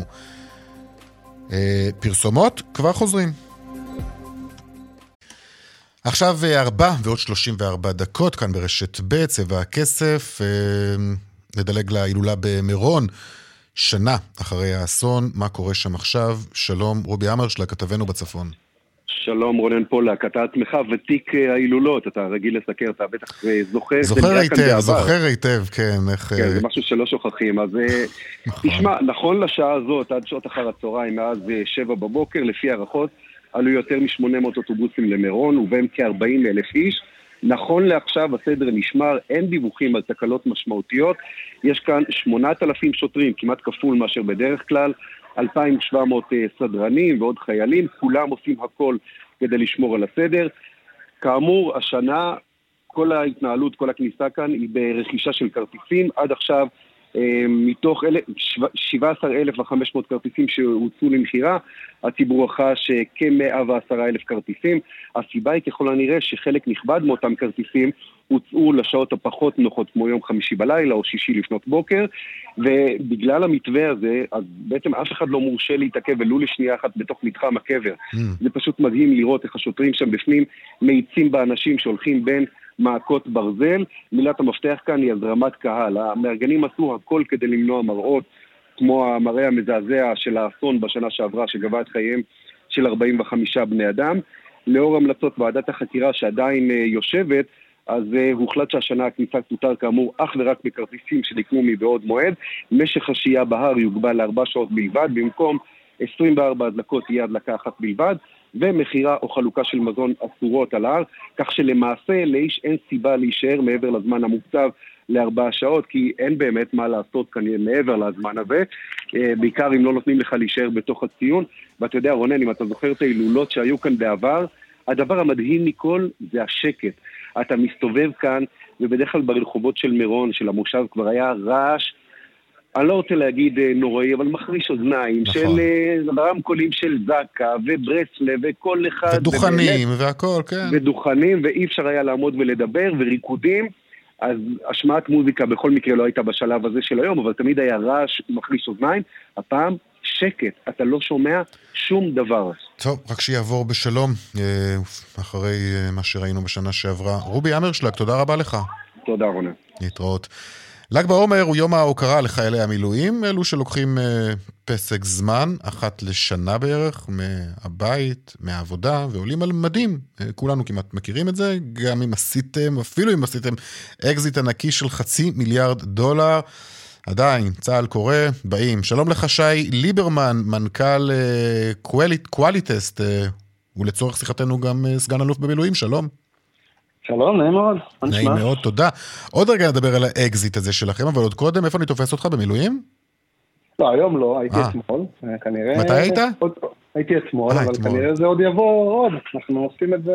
פרסומות, כבר חוזרים. עכשיו ארבע ועוד שלושים וארבע דקות, כאן ברשת ב' צבע הכסף, נדלג להילולה במירון, שנה אחרי האסון, מה קורה שם עכשיו? שלום, רובי אמרשלג, כתבנו בצפון. שלום, רונן פולק, אתה עצמך ותיק ההילולות, אתה רגיל לסקר, אתה בטח זוכר. זוכר היטב, זוכר היטב, כן. כן, זה משהו שלא שוכחים, אז תשמע, נכון לשעה הזאת, עד שעות אחר הצהריים, מאז שבע בבוקר, לפי הערכות, עלו יותר מ-שמונה מאות אוטובוסים למירון, ובהם כ-ארבעים אלף איש. נכון לעכשיו הסדר נשמר, אין דיווחים על תקלות משמעותיות. יש כאן שמונת אלפים שוטרים, כמעט כפול מאשר בדרך כלל, אלפיים ושבע מאות סדרנים ועוד חיילים, כולם עושים הכל כדי לשמור על הסדר. כאמור, השנה, כל ההתנהלות, כל הכניסה כאן היא ברכישה של כרטיסים. עד עכשיו, מתוך שבעה עשר אלף וחמש מאות כרטיסים שהוצאו למחירה, הציבור רכש כ-מאה ועשרה אלף כרטיסים. הסיבה היא ככל הנראה שחלק נכבד מאותם כרטיסים הוצאו לשעות הפחות נוחות, כמו יום חמישי בלילה או שישי לפנות בוקר, ובגלל המתווה הזה, אז בעצם אף אחד לא מורשה להתעכב ולו לשנייה אחת בתוך מתחם הקבר. Mm. זה פשוט מדהים לראות איך השוטרים שם בפנים מאיצים באנשים שהולכים בין מעקות ברזל. מילת המפתח כאן היא הזרמת קהל. המארגנים עשו הכל כדי למנוע מראות, כמו המראה המזעזע של האסון בשנה שעברה שגבה את חייהם של ארבעים וחמישה בני אדם. לאור המלצות ועדת החקירה שעדיין יושבת, אז הוחלט שהשנה הכניסה תותר כאמור אך ורק בכרטיסים שנקנו מבעוד מועד. משך השהייה בהר יוגבל לארבע שעות בלבד, במקום עשרים וארבע הדלקות תהיה הדלקה אחת בלבד, ומחירה או חלוקה של מזון אסורות על ההר, כך שלמעשה לאיש אין סיבה להישאר מעבר לזמן המוקצב לארבע שעות, כי אין באמת מה לעשות כאן מעבר לזמן הזה, בעיקר אם לא נותנים לך להישאר בתוך הציון. ואתה יודע רונן, אם אתה זוכר את ההילולות שהיו כאן בעבר, הדבר המדהים מכל זה השקט. אתה מסתובב כאן, ובדרך כלל ברחובות של מירון, של המושב, כבר היה רעש, אני לא רוצה להגיד נוראי, אבל מחריש אוזניים, נכון. של רמקולים של זקה, וברסלב, וכל אחד... ודוכנים, ובאמת, והכל, כן. ודוכנים, ואי אפשר היה לעמוד ולדבר, וריקודים, אז השמעת מוזיקה בכל מקרה לא הייתה בשלב הזה של היום, אבל תמיד היה רעש, מחריש אוזניים, הפעם שקט, אתה לא שומע שום דבר. טוב, רק שיעבור בשלום, אחרי מה שראינו בשנה שעברה. רובי אמרשלג, תודה רבה לך. תודה רונה. להתראות. ל"ג בעומר הוא יום ההוקרה לחיילי המילואים, אלו שלוקחים אה, פסק זמן, אחת לשנה בערך, מהבית, מהעבודה, ועולים על מדים. אה, כולנו כמעט מכירים את זה, גם אם עשיתם, אפילו אם עשיתם אקזיט ענקי של חצי מיליארד דולר, עדיין, צהל קורא, באים. שלום לך שי ליברמן, מנכ"ל אה, קואליט, קואליטסט, אה, ולצורך שיחתנו גם אה, סגן אלוף במילואים, שלום. שלום, נעים מאוד. נעים מאוד, תודה. עוד רגע נדבר על האקזיט הזה שלכם, אבל עוד קודם, איפה אני תופס אותך במילואים? לא, היום לא, הייתי אתמול, כנראה... מתי היית? הייתי אתמול, אבל כנראה זה עוד יבוא עוד. אנחנו עושים את זה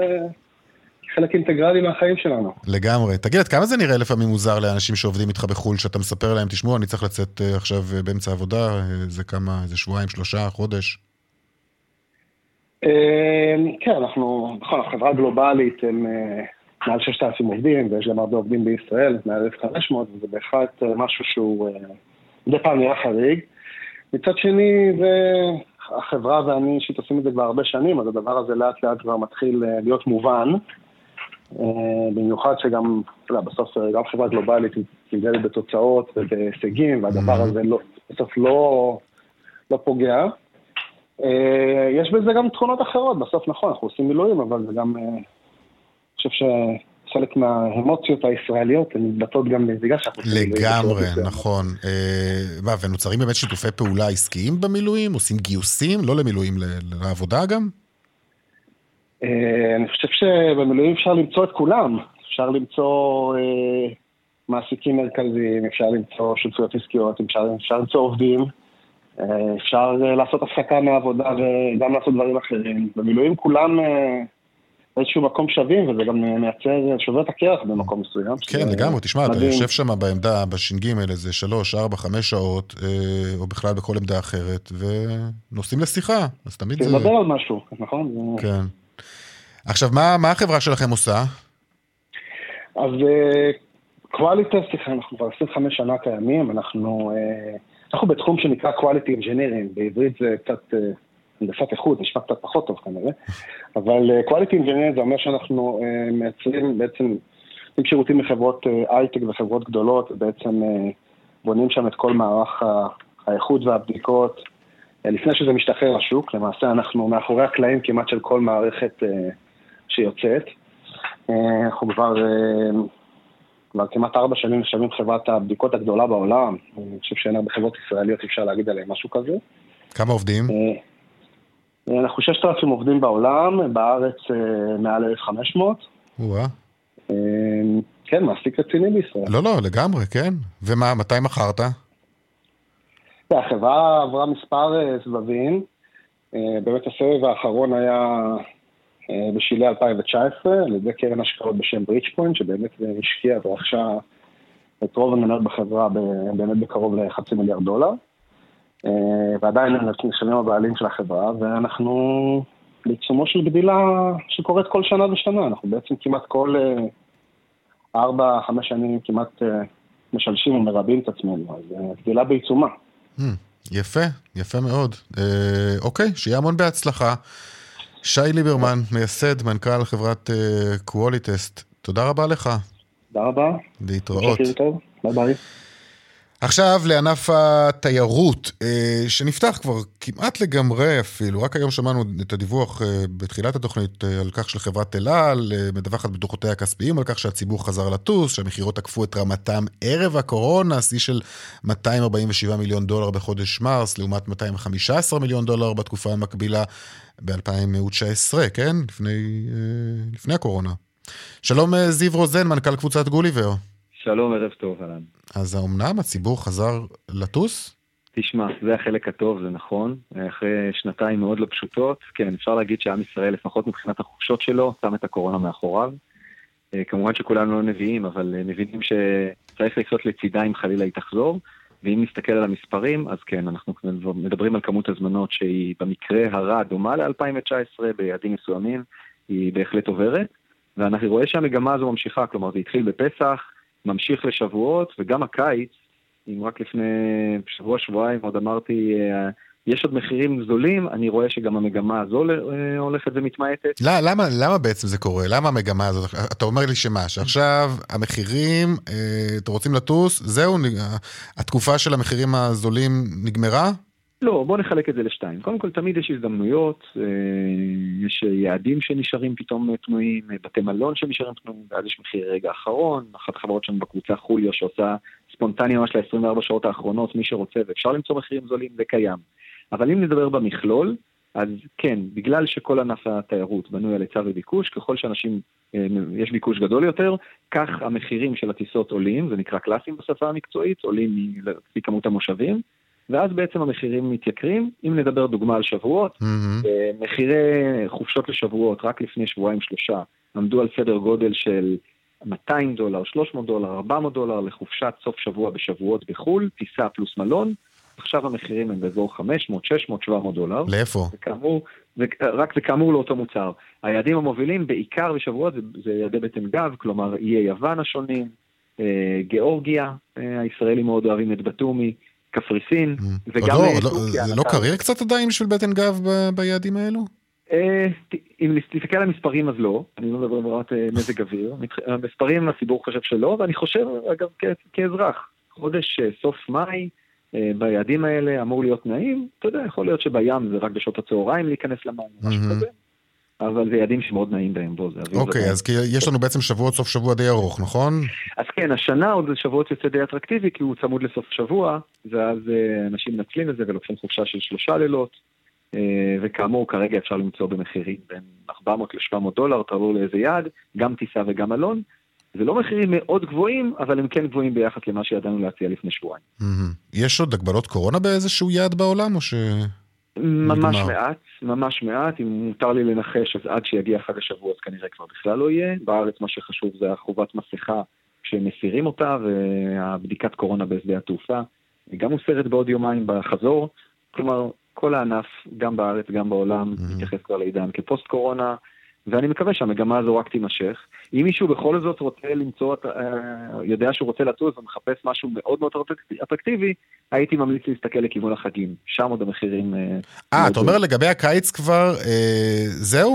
חלק אינטגרלי מהחיים שלנו. לגמרי. תגיד, עד כמה זה נראה לפעמים מוזר לאנשים שעובדים איתך בחול, שאתה מספר להם, תשמעו, אני צריך לצאת עכשיו באמצע העבודה, זה כמה, זה שבועיים, שלושה, חודש? כן, אנחנו, נכון, החברה הגלובלית, הם... מעל ששת אלפים עובדים, ויש גם הרבה עובדים בישראל, מעל אלף וחמש מאות, וזה בהחלט משהו שהוא מדי פעם נראה חריג. מצד שני, החברה ואני אישית עושים את זה כבר הרבה שנים, אז הדבר הזה לאט לאט כבר מתחיל להיות מובן, במיוחד שגם, אתה יודע, בסוף גם חברה גלובלית נגדלת בתוצאות ובהישגים, והדבר הזה לא, בסוף לא, לא פוגע. יש בזה גם תכונות אחרות, בסוף נכון, אנחנו עושים מילואים, אבל זה גם, אני חושב שחלק מהאמוציות הישראליות הן מתבטאות גם בגלל שאנחנו עושים מילואים. לגמרי, נכון. מה, ונוצרים באמת שיתופי פעולה עסקיים במילואים? עושים גיוסים, לא למילואים, לעבודה גם? אני חושב שבמילואים אפשר למצוא את כולם. אפשר למצוא מעסיקים מרכזיים, אפשר למצוא שותפויות עסקיות, אפשר למצוא עובדים. אפשר לעשות הפסקה מהעבודה וגם לעשות דברים אחרים. במילואים כולם איזשהו מקום שווים, וזה גם מייצר, שובר את הקרח במקום מסוים. כן, לגמרי, תשמע, אתה יושב שם בעמדה, בשינגים האלה, זה שלוש, ארבע, חמש שעות, או בכלל בכל עמדה אחרת, ונוסעים לשיחה, אז תמיד זה... תדבר על משהו, נכון? כן. עכשיו, מה, מה החברה שלכם עושה? אז קואליטס, אנחנו כבר עשרים וחמש שנה קיימים, אנחנו... אנחנו בתחום שנקרא quality engineering, בעברית זה קצת הנדסת איכות, נשמע קצת פחות טוב כנראה, אבל quality engineering זה אומר שאנחנו מייצרים בעצם עם שירותים לחברות הייטק וחברות גדולות, ובעצם בונים שם את כל מערך האיכות והבדיקות, לפני שזה משתחרר לשוק, למעשה אנחנו מאחורי הקלעים כמעט של כל מערכת שיוצאת, אנחנו כבר... כבר כמעט ארבע שנים נחשבים חברת הבדיקות הגדולה בעולם. אני חושב שאין הרבה חברות ישראליות אפשר להגיד עליהם משהו כזה. כמה עובדים? אנחנו ששת אלפים עובדים בעולם, בארץ מעל אלף וחמש מאות. וואה. כן, מעסיק רציני בישראל. לא, לא, לגמרי, כן. ומה, מתי מכרת? החברה עברה מספר סבבים. באמת הסבב האחרון היה... בשלהי אלפיים תשע עשרה, על ידי קרן השקעות בשם ברידג'פוינט, שבאמת השקיעה ורכשה את רוב המניות בחברה באמת בקרוב לחצי מיליארד דולר. ועדיין אנחנו נחשבים הבעלים של החברה, ואנחנו בעיצומו של גדילה שקורית כל שנה ושנה. אנחנו בעצם כמעט כל ארבע, חמש שנים כמעט משלשים ומרבים את עצמנו, אז גדילה בעיצומה. יפה, יפה מאוד. אוקיי, שיהיה המון בהצלחה. שי ליברמן, מייסד, מנכ"ל חברת קואליטסט. תודה רבה לך. תודה רבה. להתראות. ביי ביי. עכשיו לענף התיירות, שנפתח כבר כמעט לגמרי אפילו. רק היום שמענו את הדיווח בתחילת התוכנית על כך של חברת אל על, מדווחת בדוחותיה הכספיים על כך שהציבור חזר לטוס, שהמחירות עקפו את רמתם ערב הקורונה, שיא של מאתיים ארבעים ושבעה מיליון דולר בחודש מרס, לעומת מאתיים וחמישה עשר מיליון דולר בתקופה המקבילה ב-אלפיים תשע עשרה, כן? לפני, לפני הקורונה. שלום זיו רוזן, מנכ"ל קבוצת גוליבר. שלום, ערב טוב, אלן. אז האומנם הציבור חזר לטוס? תשמע, זה החלק הטוב, זה נכון. אחרי שנתיים מאוד לא פשוטות, כן, אפשר להגיד שעם ישראל, לפחות מבחינת החופשות שלו, שם את הקורונה מאחוריו. כמובן שכולנו לא נביאים, אבל מבינים שצריך לעשות לצידה אם חלילה היא תחזור, ואם נסתכל על המספרים, אז כן, אנחנו מדברים על כמות הזמנות שהיא במקרה הרע דומה ל-אלפיים תשע עשרה, ביעדים מסוימים, היא בהחלט עוברת, ואנחנו רואים שהמגמה הזו ממשיכה, כלומר זה התחיל בפסח, ממשיך לשבועות, וגם הקיץ, אם רק לפני שבוע, שבועיים, עוד אמרתי, יש עוד מחירים זולים, אני רואה שגם המגמה הזו הולכת ומתמעטת. לא, למה, למה בעצם זה קורה? למה המגמה הזו? אתה אומר לי שמה, שעכשיו המחירים, אתם רוצים לטוס, זהו, התקופה של המחירים הזולים נגמרה? לא, בוא נחלק את זה לשתיים. קודם כל, תמיד יש הזדמנויות, יש יעדים שנשארים פתאום פנויים, בתי מלון שנשארים פנויים, ואז יש מחיר רגע האחרון, אחת החברות שם בקבוצה חוליו שעושה ספונטניה ממש ל-עשרים וארבע שעות האחרונות, מי שרוצה, ואפשר למצוא מחירים זולים, זה קיים. אבל אם נדבר במכלול, אז כן, בגלל שכל ענף התיירות בנוי על היצע וביקוש, ככל שאנשים, יש ביקוש גדול יותר, כך המחירים של הטיסות עולים, זה נקרא קלאסים בשפה המקצועית, עולים לפי כמות המושבים, ואז בעצם המחירים מתייקרים. אם נדבר דוגמה על שבועות, mm-hmm. מחירי חופשות לשבועות רק לפני שבועיים שלושה עמדו על סדר גודל של מאתיים דולר, שלוש מאות דולר, ארבע מאות דולר לחופשת סוף שבוע בשבועות בחול, טיסה פלוס מלון, עכשיו המחירים הם באזור חמש מאות, שש מאות, שבע מאות דולר. לאיפה? וכאמור, רק זה כאמור לאותו מוצר. היעדים המובילים בעיקר בשבועות זה, זה יעדי בטן גב, כלומר איי יוון השונים, גיאורגיה, הישראלים מאוד אוהבים את בטומי, קפריסין, וגם טורקיה. זה לא קריר קצת עדיין בשביל בטן גב ביעדים האלו? אם תסתכל על המספרים אז לא, אני לא מדבר ברמת מזג אוויר, המספרים הציבור חושב שלא, ואני חושב אגב כאזרח, חודש סוף מאי, ביעדים האלה אמור להיות נעים, אתה יודע, יכול להיות שבים זה רק בשעות הצהריים להיכנס למים, משהו כזה, אבל זה יעדים שמאוד נעים בהם בו. אוקיי, אז יש לנו בעצם שבועות סוף שבוע די ארוך, נכון? אז כן, השנה עוד שבועות יוצא די אטרקטיבי, כי הוא צמוד לסוף שבוע, ואז אנשים נצלים את זה ולוקחים חופשה של שלושה לילות, וכאמור כרגע אפשר למצוא במחירים בין ארבע מאות לשבע מאות דולר, תעבור לאיזה יעד, גם טיסה וגם מלון. זה לא מחירים מאוד גבוהים, אבל הם כן גבוהים ביחס למה שידענו להציע לפני שבועיים. יש עוד הגבלות קורונה באיזשהו יעד בעולם, או ש... ממש מעט, ממש מעט. אם מותר לי לנחש, אז עד שיגיע חג השבועות כנראה כבר בכלל לא יהיה. בארץ מה שחשוב זה החובת מסכה שמסירים אותה, והבדיקת קורונה בשדה התעופה. היא גם מוסרת בעוד יומיים בחזור. כלומר, כל הענף, גם בארץ, גם בעולם, מתייחס כבר לעידן כפוסט קורונה, ואני מקווה שהמגמה הזו רק תימשך. אם מישהו בכל זאת רוצה למצוא, יודע שהוא רוצה לטוס ומחפש משהו מאוד מאוד אטרקטיבי, הייתי ממליץ להסתכל לכיוון החגים. שם עוד המחירים... אה, אתה אומר לגבי הקיץ כבר, זהו?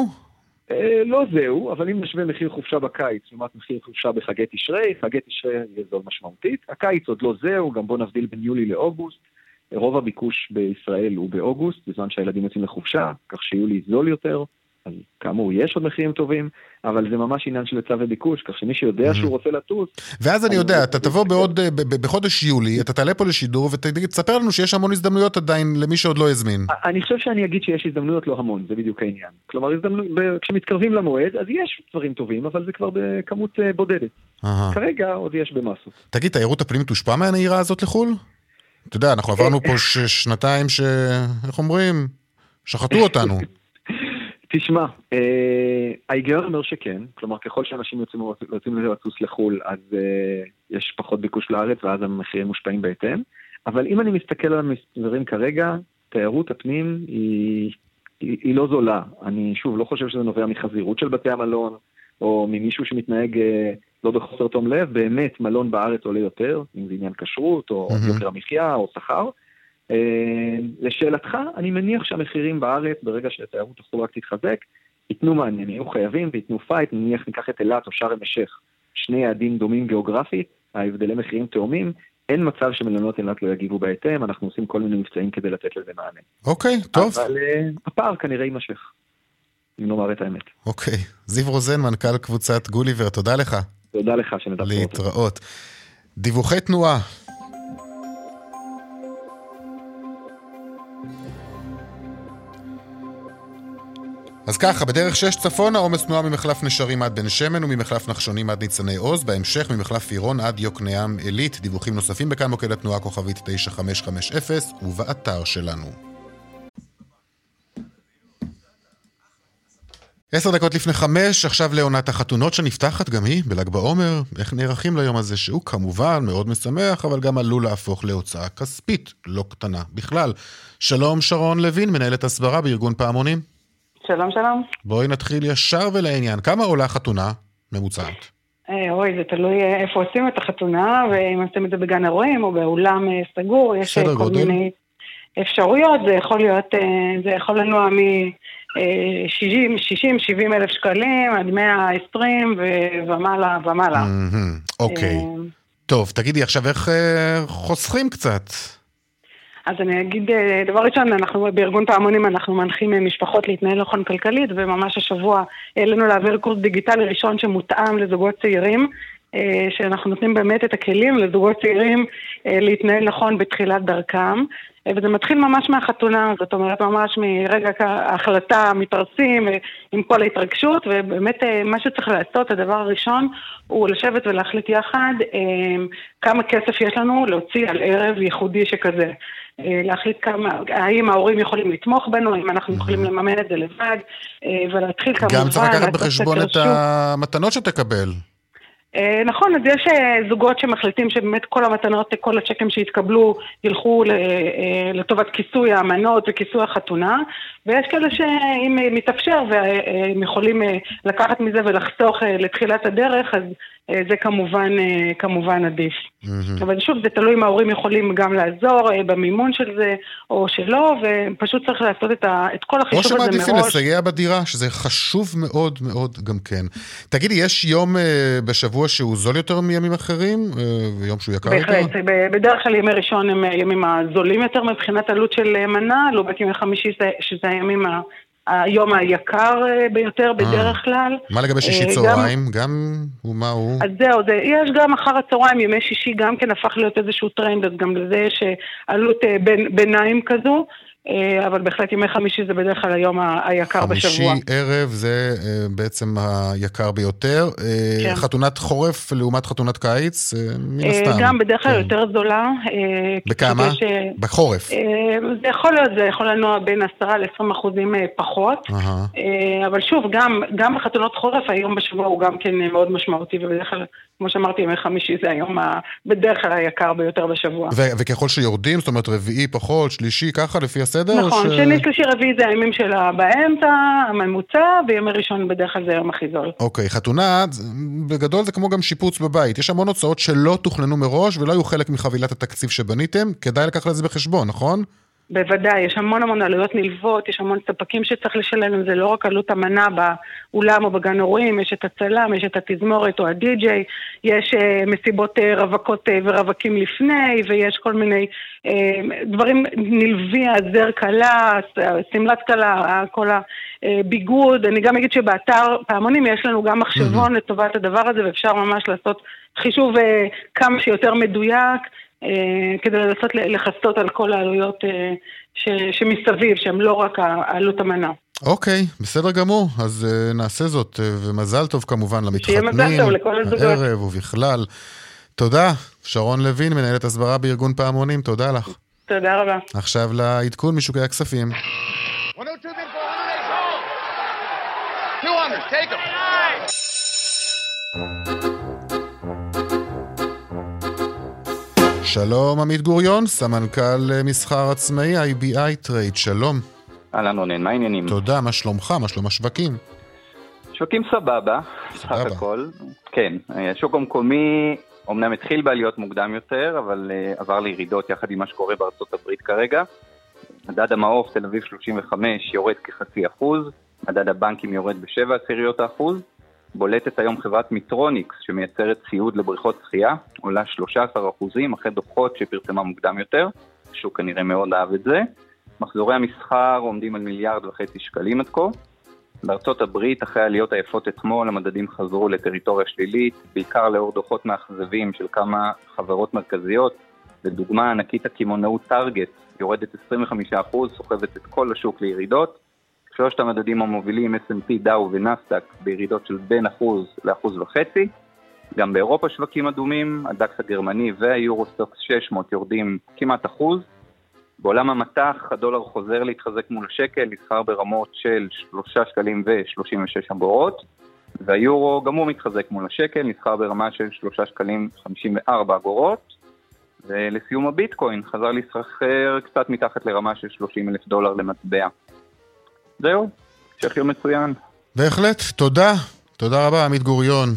לא זהו, אבל אם נשווה מחיר חופשה בקיץ, לעומת מחיר חופשה בחגי תשרי, חגי תשרי יהיה זול משמעותית. הקיץ עוד לא זהו, גם בוא נבדיל בין יולי לאוגוסט. רוב הביקוש בישראל הוא באוגוסט, בזמן שהילדים יוצאים לחופשה, כך שיולי זול יותר. אז כאמור, יש עוד מחירים טובים, אבל זה ממש עניין של היצע וביקוש, כך שמי שיודע שהוא רוצה לטוס... ואז אני יודע, אתה תבוא בעוד, בחודש יולי, אתה תעלה פה לשידור, ותספר לנו שיש המון הזדמנויות עדיין למי שעוד לא הזמין. אני חושב שאני אגיד שיש הזדמנויות לא המון, זה בדיוק העניין. כלומר, כשמתקרבים למועד, אז יש דברים טובים, אבל זה כבר בכמות בודדת. כרגע עוד יש במסות. תגיד, תיירות הפנים תושפע מהנהירה הזאת לחול? אתה יודע, אנחנו עברנו פה שנתיים ש... איך אומרים? שחטו אותנו. תשמע, אה, ההיגיון אומר שכן, כלומר ככל שאנשים יוצאים, יוצאים לזה לטוס לחול, אז אה, יש פחות ביקוש לארץ ואז המחירים מושפעים בהתאם, אבל אם אני מסתכל על המספרים כרגע, תיירות הפנים היא, היא, היא לא זולה. אני שוב לא חושב שזה נובע מחזירות של בתי המלון, או ממישהו שמתנהג אה, לא בחוסר תום לב, באמת מלון בארץ עולה יותר, אם זה עניין כשרות או mm-hmm. יוקר המחיה או שכר, לשאלתך, אני מניח שהמחירים בארץ, ברגע שהתיירות החול רק תתחזק, ייתנו מעניין, יהיו חייבים ויתנו פייט, נניח ניקח את אילת או שארם א-שייח, שני יעדים דומים גיאוגרפית, ההבדלי מחירים תאומים, אין מצב שמלונות אילת לא יגיבו בהתאם, אנחנו עושים כל מיני מבצעים כדי לתת לזה מענה. אוקיי, טוב. אבל הפער כנראה יימשך, אם נאמר את האמת. אוקיי, זיו רוזן, מנכ"ל קבוצת גוליבר, תודה לך. תודה לך שנדע. להתראות. דיווחי תנועה. אז ככה, בדרך שש צפונה, עומס תנועה ממחלף נשרים עד בן שמן וממחלף נחשונים עד ניצני עוז, בהמשך ממחלף עירון עד יוקנעם עילית. דיווחים נוספים בכאן מוקד התנועה כוכבית תשע חמש חמש אפס ובאתר שלנו. עשר דקות לפני חמש, עכשיו לעונת החתונות שנפתחת גם היא, בל"ג בעומר. איך נערכים ליום הזה שהוא כמובן מאוד משמח, אבל גם עלול להפוך להוצאה כספית לא קטנה בכלל. שלום שרון לוין, מנהלת הסברה בארגון פעמונים. שלום, שלום. בואי נתחיל ישר ולעניין. כמה עולה חתונה ממוצעת? אוי, זה תלוי איפה עושים את החתונה, ואם עושים את זה בגן אירועים או באולם סגור, יש כל מיני אפשרויות. זה יכול להיות, זה יכול לנוע מ-שישים שבעים אלף שקלים עד מאה ועשרים ומעלה ומעלה. אוקיי. טוב, תגידי עכשיו איך חוסכים קצת? אז אני אגיד, דבר ראשון, אנחנו בארגון פעמונים, אנחנו מנחים משפחות להתנהל נכון כלכלית, וממש השבוע העלינו להעביר קורס דיגיטלי ראשון שמותאם לזוגות צעירים, שאנחנו נותנים באמת את הכלים לזוגות צעירים להתנהל נכון בתחילת דרכם, וזה מתחיל ממש מהחתונה, זאת אומרת ממש מרגע ההחלטה מתארסים עם כל ההתרגשות, ובאמת מה שצריך לעשות, הדבר הראשון הוא לשבת ולהחליט יחד כמה כסף יש לנו להוציא על ערב ייחודי שכזה. להחליט כמה, האם ההורים יכולים לתמוך בנו, אם אנחנו יכולים לממן את זה לבד, ולהתחיל כמובן... גם צריך לקחת בחשבון את המתנות שתקבל. נכון, אז יש זוגות שמחליטים שבאמת כל המתנות, כל הצ'קים שהתקבלו ילכו לטובת כיסוי האמנות וכיסוי החתונה, ויש כאלה שאם מתאפשר והם יכולים לקחת מזה ולחסוך לתחילת הדרך, אז זה כמובן, כמובן עדיף. Mm-hmm. אבל שוב, זה תלוי אם ההורים יכולים גם לעזור במימון של זה או שלא, ופשוט צריך לעשות את, ה, את כל החישוב הזה מראש. או שמעדיפים לסייע בדירה, שזה חשוב מאוד מאוד גם כן. תגידי, יש יום בשבוע שהוא זול יותר מימים אחרים, ויום שהוא יקר יותר? בהחלט, בדרך כלל ימי ראשון הם ימים הזולים יותר מבחינת עלות של מנה, לא בעצם ימי חמישי שזה הימים ה... היום היקר ביותר בדרך כלל. מה לגבי שישי צהריים? גם ומה הוא? אז זהו, יש גם אחר הצהריים, ימי שישי גם כן הפך להיות איזשהו טרנד, אז גם לזה יש עלות ביניים כזו, אבל בהחלט ימי חמישי זה בדרך כלל היום היקר בשבוע. חמישי ערב זה בעצם היקר ביותר. חתונת חורף לעומת חתונת קיץ, מן הסתם. גם בדרך כלל יותר זולה. בכמה? בחורף. זה יכול להיות, זה יכול לנוע בין עשרה לעשרים אחוזים פחות. אבל שוב, גם בחתונות חורף היום בשבוע הוא גם כן מאוד משמעותי, ובדרך כלל, כמו שאמרתי, ימי חמישי זה היום בדרך כלל היקר ביותר בשבוע. וככל שיורדים, זאת אומרת רביעי פחות, שלישי, ככה לפי הסדר? נכון, שני, שלישי, רביעי זה הימים שלה באמצע, הממוצע, וימי ראשון בדרך כלל זה יום הכי זול. אוקיי, חתונה, בגדול זה כמו גם שיפוץ בבית. יש המון הוצאות שלא תוכננו מראש, ולא היו חלק מחבילת התקציב שבניתם, כדאי לקחת לזה בחשבון, נכון? בוודאי, יש המון המון עלויות נלוות, יש המון ספקים שצריך לשלם, זה לא רק עלות המנה באולם או בגן אירועים, יש את הצלם, יש את התזמורת או הדי-ג'יי, יש uh, מסיבות uh, רווקות uh, ורווקים לפני, ויש כל מיני uh, דברים נלווים, הזר קלה, סמלת קלה, כל הביגוד. אני גם אגיד שבאתר פעמונים יש לנו גם מחשבון mm-hmm. לטובת הדבר הזה, ואפשר ממש לעשות חישוב uh, כמה שיותר מדויק, כדי לנסות לחסות על כל העלויות שמסביב, שהן לא רק העלות המנה. אוקיי, בסדר גמור, אז נעשה זאת, ומזל טוב כמובן למתחתנים, הערב ובכלל. תודה, שרון לוין, מנהלת הסברה בארגון פעמונים, תודה לך. תודה רבה. עכשיו לעדכון משוקי הכספים. שלום עמית גוריון, סמנכ"ל מסחר עצמאי איי בי איי טרייד, שלום. אהלן רונן, מה העניינים? תודה, מה שלומך? מה שלום השווקים? שווקים סבבה, סך הכל. כן, השוק המקומי אומנם התחיל בעליות מוקדם יותר, אבל uh, עבר לירידות יחד עם מה שקורה בארצות הברית כרגע. מדד המעוף תל אביב שלושים וחמש יורד כחצי אחוז, מדד הבנקים יורד בשבע עשיריות האחוז, בולטת היום חברת מיטרוניקס שמייצרת ציוד לבריכות שחייה, עולה שלושה עשר אחוזים אחרי דוחות שפרסמה מוקדם יותר, השוק כנראה מאוד אהב את זה. מחזורי המסחר עומדים על מיליארד וחצי שקלים עד כה. בארצות הברית אחרי העליות היפות אתמול המדדים חזרו לטריטוריה שלילית, בעיקר לאור דוחות מאכזבים של כמה חברות מרכזיות. לדוגמה ענקית הכימונאות טארגט יורדת עשרים וחמישה אחוז, סוחבת את כל השוק לירידות. שלושת המדדים המובילים אס אנד פי, דאו ונסדק בירידות של בין אחוז לאחוז וחצי. גם באירופה שווקים אדומים, הדקס הגרמני והיורוסטוקס שש מאות יורדים כמעט אחוז. בעולם המטח הדולר חוזר להתחזק מול השקל, נסחר ברמות של שלושה שקלים ושלושים ושש אגורות, והיורו גם הוא מתחזק מול השקל, נסחר ברמה של שלושה שקלים חמישים וארבע אגורות. ולסיום הביטקוין חזר להסחר קצת מתחת לרמה של שלושים אלף דולר למטבע. זהו, המשך יום מצוין. בהחלט, תודה. תודה רבה, עמית גוריון.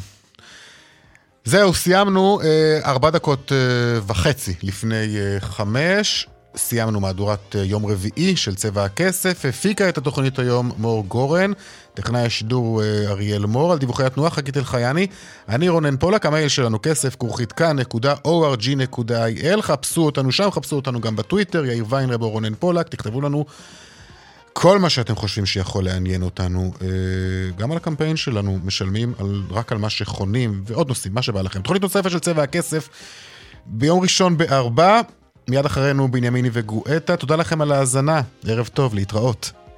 זהו, סיימנו אה, ארבע דקות אה, וחצי לפני אה, חמש. סיימנו מהדורת אה, יום רביעי של צבע הכסף. הפיקה את התוכנית היום מור גורן. טכנאי השידור אה, אריאל מור. על דיווחי התנועה חגית אלחייני. אני רונן פולק, המייל שלנו כסף כרוכית כאן נקודה או אר ג'י נקודה איי אל. חפשו אותנו שם, חפשו אותנו גם בטוויטר. יאיר ויינרב או רונן פולק. תכתבו לנו כל מה שאתם חושבים שיכול לעניין אותנו, גם על הקמפיין שלנו, משלמים על, רק על מה שחונים, ועוד נושאים, מה שבא לכם. תוכנית נוספת של צבע הכסף, ביום ראשון בארבע, מיד אחרינו בנימיני וגואטה. תודה לכם על ההאזנה, ערב טוב, להתראות.